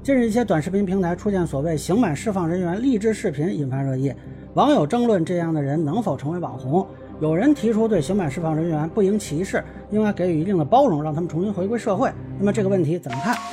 近日一些短视频平台出现所谓刑满释放人员励志视频，引发热议，网友争论这样的人能否成为网红。有人提出对刑满释放人员不应歧视，应该给予一定的包容，让他们重新回归社会。那么这个问题怎么看？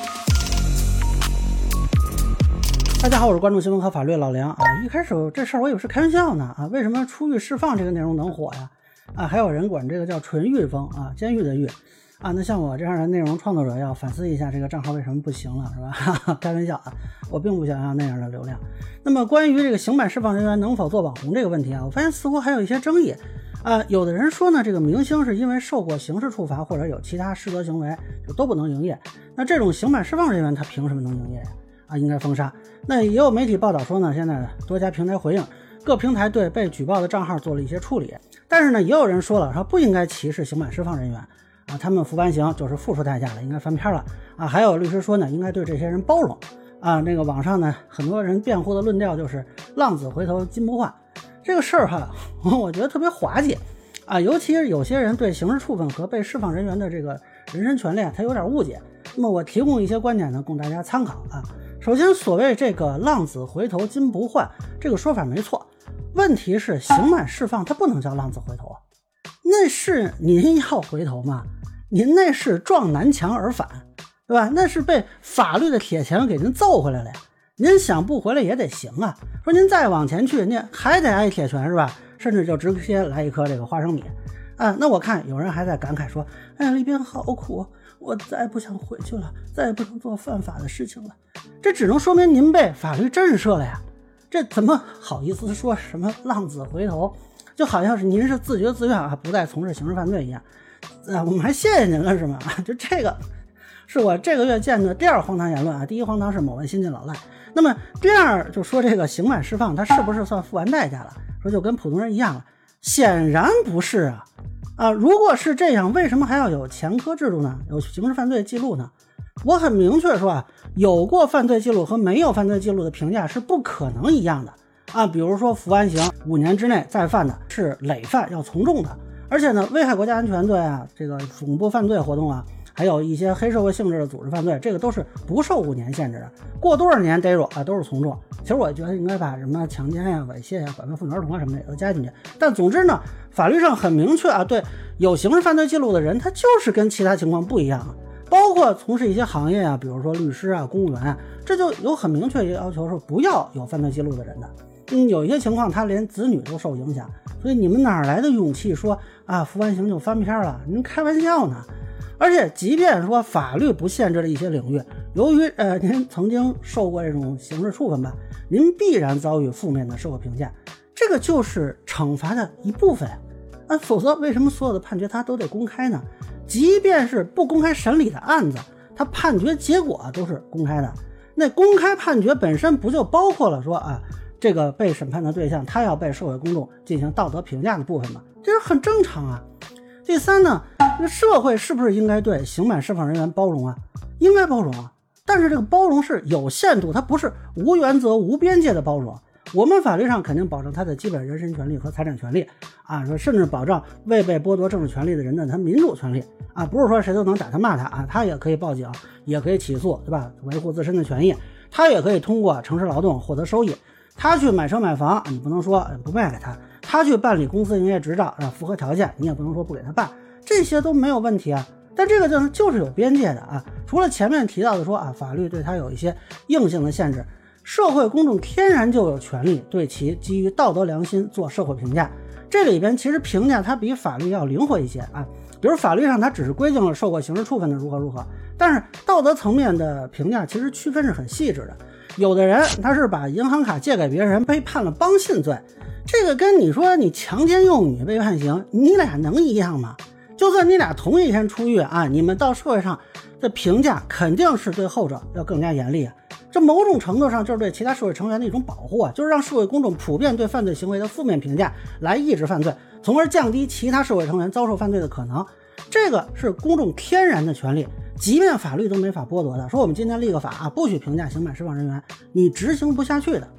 大家好，我是关注新闻和法律老梁啊。一开始这事儿我以为是开玩笑呢啊，为什么出狱释放这个内容能火呀？啊，还有人管这个叫纯狱风啊，监狱的狱啊。那像我这样的内容创作者要反思一下这个账号为什么不行了，是吧？开玩笑啊，我并不想要那样的流量。那么关于这个刑满释放人员能否做网红这个问题啊，我发现似乎还有一些争议。有的人说呢，这个明星是因为受过刑事处罚或者有其他失德行为，就都不能营业。那这种刑满释放人员他凭什么能营业呀？啊，应该封杀。那也有媒体报道说呢，现在多家平台回应，各平台对被举报的账号做了一些处理。但是呢，也有人说了，说不应该歧视刑满释放人员啊，他们服完刑就是付出代价了，应该翻篇了啊。还有律师说呢，应该对这些人包容啊。那个网上呢，很多人辩护的论调就是浪子回头金不换。这个事儿哈，我觉得特别滑稽啊，尤其是有些人对刑事处分和被释放人员的这个人身权利他有点误解。那么我提供一些观点呢，供大家参考啊。首先，所谓这个浪子回头金不换这个说法没错，问题是刑满释放它不能叫浪子回头，那是您要回头吗？您那是撞南墙而返，对吧？那是被法律的铁钳给您揍回来了呀。您想不回来也得行啊，说您再往前去，您还得挨铁拳是吧？甚至就直接来一颗这个花生米啊。那我看有人还在感慨说，哎呀，里边好苦，我再不想回去了，再也不能做犯法的事情了。这只能说明您被法律震慑了呀，这怎么好意思说什么浪子回头，就好像是您是自觉自愿啊，不再从事刑事犯罪一样我们还谢谢您了是吗？就这个是我这个月见的第二荒唐言论啊。第一荒唐是某位新晋老赖，那么第二就说这个刑满释放他是不是算付完代价了，说就跟普通人一样了，显然不是啊。如果是这样，为什么还要有前科制度呢？有刑事犯罪记录呢？我很明确说有过犯罪记录和没有犯罪记录的评价是不可能一样的啊。比如说服完刑5年之内再犯的是累犯，要从重的。而且呢，危害国家安全罪啊，这个恐怖犯罪活动啊，还有一些黑社会性质的组织犯罪，这个都是不受5年限制的，过多少年逮住啊都是从重。其实我觉得应该把什么强奸呀、猥亵呀、拐卖妇女儿童啊什么的也都加进去。但总之呢，法律上很明确啊，对有刑事犯罪记录的人，他就是跟其他情况不一样包括从事一些行业啊，比如说律师啊、公务员啊，这就有很明确要求说不要有犯罪记录的人的。有一些情况他连子女都受影响，所以你们哪来的勇气说啊服完刑就翻篇了？您开玩笑呢？而且即便说法律不限制的一些领域，由于您曾经受过这种刑事处分吧，您必然遭遇负面的社会评价，这个就是惩罚的一部分否则为什么所有的判决它都得公开呢？即便是不公开审理的案子，它判决结果都是公开的。那公开判决本身不就包括了说这个被审判的对象他要被社会公众进行道德评价的部分吗？这是很正常啊。第三呢，这个社会是不是应该对刑满释放人员包容啊？应该包容啊，但是这个包容是有限度，它不是无原则无边界的包容。我们法律上肯定保证他的基本人身权利和财产权利甚至保障未被剥夺政治权利的人的他民主权利不是说谁都能打他骂他他也可以报警，也可以起诉，对吧？维护自身的权益，他也可以通过诚实劳动获得收益。他去买车买房，你不能说不卖给他；他去办理公司营业执照符合条件，你也不能说不给他办，这些都没有问题但这个就是有边界的除了前面提到的说法律对他有一些硬性的限制，社会公众天然就有权利对其基于道德良心做社会评价。这里边其实评价它比法律要灵活一些比如法律上它只是规定了受过刑事处分的如何如何，但是道德层面的评价其实区分是很细致的。有的人他是把银行卡借给别人被判了帮信罪，这个跟你说你强奸幼女被判刑，你俩能一样吗？就算你俩同一天出狱你们到社会上的评价肯定是对后者要更加严厉这某种程度上就是对其他社会成员的一种保护就是让社会公众普遍对犯罪行为的负面评价来抑制犯罪，从而降低其他社会成员遭受犯罪的可能。这个是公众天然的权利，即便法律都没法剥夺的。说我们今天立个法不许评价刑满释放人员，你执行不下去的。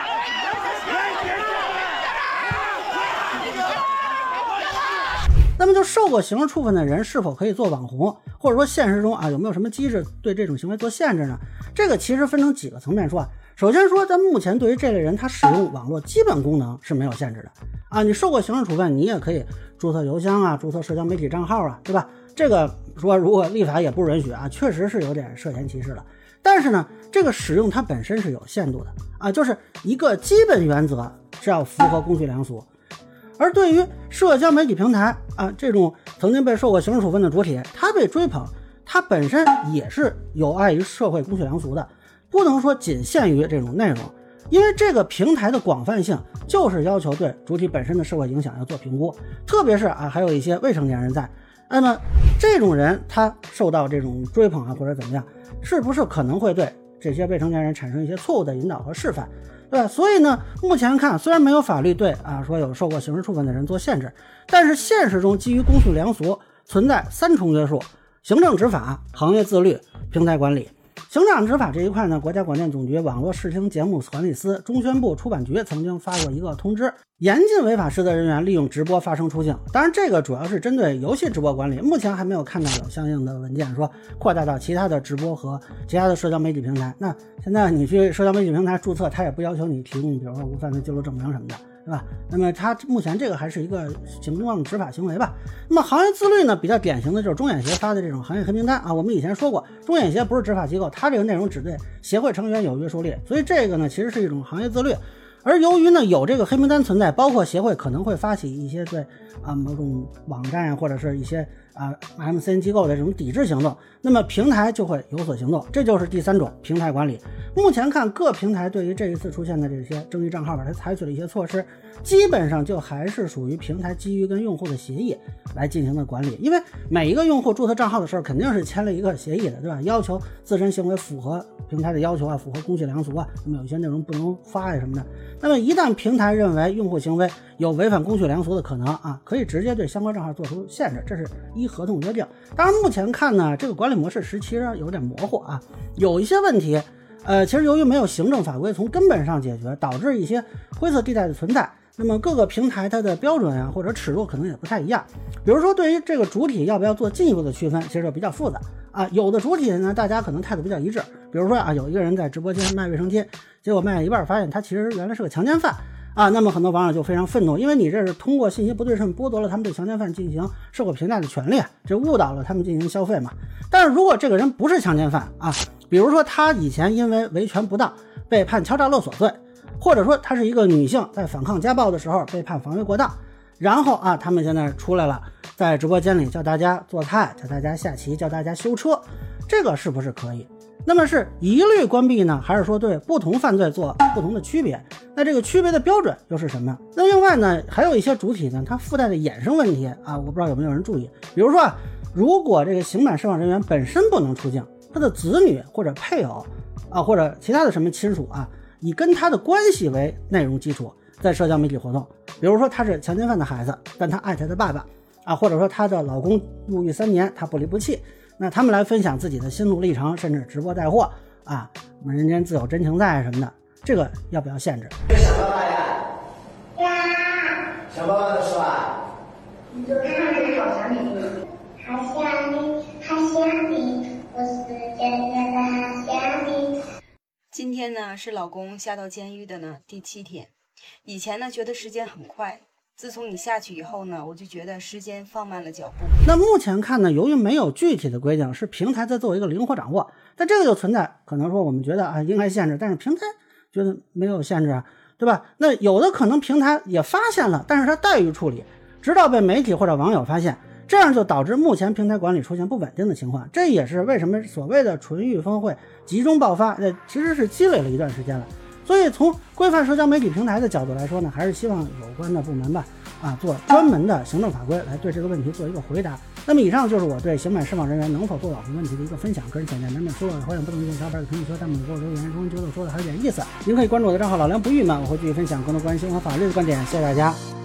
那么么就受过刑事处分的人是否可以做网红，或者说现实中有没有什么机制对这种行为做限制呢？这个其实分成几个层面说首先说，咱目前对于这类人他使用网络基本功能是没有限制的你受过刑事处分，你也可以注册邮箱注册社交媒体账号对吧？这个说如果立法也不允许确实是有点涉嫌歧视了。但是呢，这个使用它本身是有限度的就是一个基本原则是要符合公序良俗。而对于社交媒体平台这种曾经被受过刑事处分的主体，他被追捧，他本身也是有碍于社会公序良俗的，不能说仅限于这种内容，因为这个平台的广泛性就是要求对主体本身的社会影响要做评估，特别是还有一些未成年人在，那么这种人他受到这种追捧或者怎么样，是不是可能会对这些未成年人产生一些错误的引导和示范，对吧？所以呢，目前看虽然没有法律对说有受过刑事处分的人做限制，但是现实中基于公序良俗存在3重约束：行政执法、行业自律、平台管理。行政执法这一块呢，国家广电总局网络视听节目管理司、中宣部出版局曾经发过一个通知，严禁违法失责人员利用直播发声出境。当然这个主要是针对游戏直播管理，目前还没有看到有相应的文件说扩大到其他的直播和其他的社交媒体平台。那现在你去社交媒体平台注册，他也不要求你提供比如说无犯罪记录证明什么的，对吧？那么它目前这个还是一个行政执法行为吧。那么行业自律呢，比较典型的就是中演协发的这种行业黑名单我们以前说过，中演协不是执法机构，它这个内容只对协会成员有约束力，所以这个呢其实是一种行业自律。而由于呢有这个黑名单存在，包括协会可能会发起一些对某种网站或者是一些MCN 机构的这种抵制行动，那么平台就会有所行动，这就是第3种平台管理。目前看各平台对于这一次出现的这些争议账号它采取了一些措施，基本上就还是属于平台基于跟用户的协议来进行的管理，因为每一个用户注册账号的时候肯定是签了一个协议的，对吧？要求自身行为符合平台的要求符合公序良俗那么有一些内容不能发什么的。那么一旦平台认为用户行为有违反公序良俗的可能可以直接对相关账号做出限制，这是依合同约定。当然目前看呢，这个管理模式其实有点模糊有一些问题其实由于没有行政法规从根本上解决，导致一些灰色地带的存在。那么各个平台它的标准或者尺度可能也不太一样，比如说对于这个主体要不要做进一步的区分，其实就比较复杂有的主体呢大家可能态度比较一致，比如说有一个人在直播间卖卫生巾，结果卖了一半发现他其实原来是个强奸犯那么很多网友就非常愤怒，因为你这是通过信息不对称剥夺了他们对强奸犯进行社会评价的权利这误导了他们进行消费嘛。但是如果这个人不是强奸犯比如说他以前因为维权不当被判敲诈勒索罪，或者说她是一个女性在反抗家暴的时候被判防卫过当，然后他们现在出来了，在直播间里教大家做菜，教大家下棋，教大家修车，这个是不是可以？那么是一律关闭呢，还是说对不同犯罪做不同的区别？那这个区别的标准又是什么？那另外呢，还有一些主体呢，它附带的衍生问题我不知道有没有人注意。比如说如果这个刑满释放人员本身不能出境，他的子女或者配偶或者其他的什么亲属以跟他的关系为内容基础在社交媒体活动，比如说他是强奸犯的孩子，但他爱他的爸爸或者说他的老公入狱3年，他不离不弃，那他们来分享自己的心路历程，甚至直播带货人间自有真情在什么的，这个要不要限制？ 想爸爸呀？想爸爸的是吧？ 你就看着好想你，还想你，还想你，我是真的还想你。 今天呢是老公下到监狱的呢第7天，以前呢觉得时间很快，自从你下去以后呢，我就觉得时间放慢了脚步。 那目前看呢，由于没有具体的规定，是平台在做一个灵活掌握，但这个就存在可能说我们觉得应该限制，但是平台觉得没有限制对吧？那有的可能平台也发现了，但是它怠于处理，直到被媒体或者网友发现，这样就导致目前平台管理出现不稳定的情况。这也是为什么所谓的纯欲峰会集中爆发其实是积累了一段时间了。所以从规范社交媒体平台的角度来说呢，还是希望有关的部门吧做专门的行政法规来对这个问题做一个回答。那么以上就是我对刑满释放人员能否做网红问题的一个分享，个人浅见难免说了，欢迎不同意见小伙伴评论区弹幕给我留言，说觉得说的还有点意思，您可以关注我的账号老梁不郁闷，我会继续分享更多关于新闻和法律的观点，谢谢大家。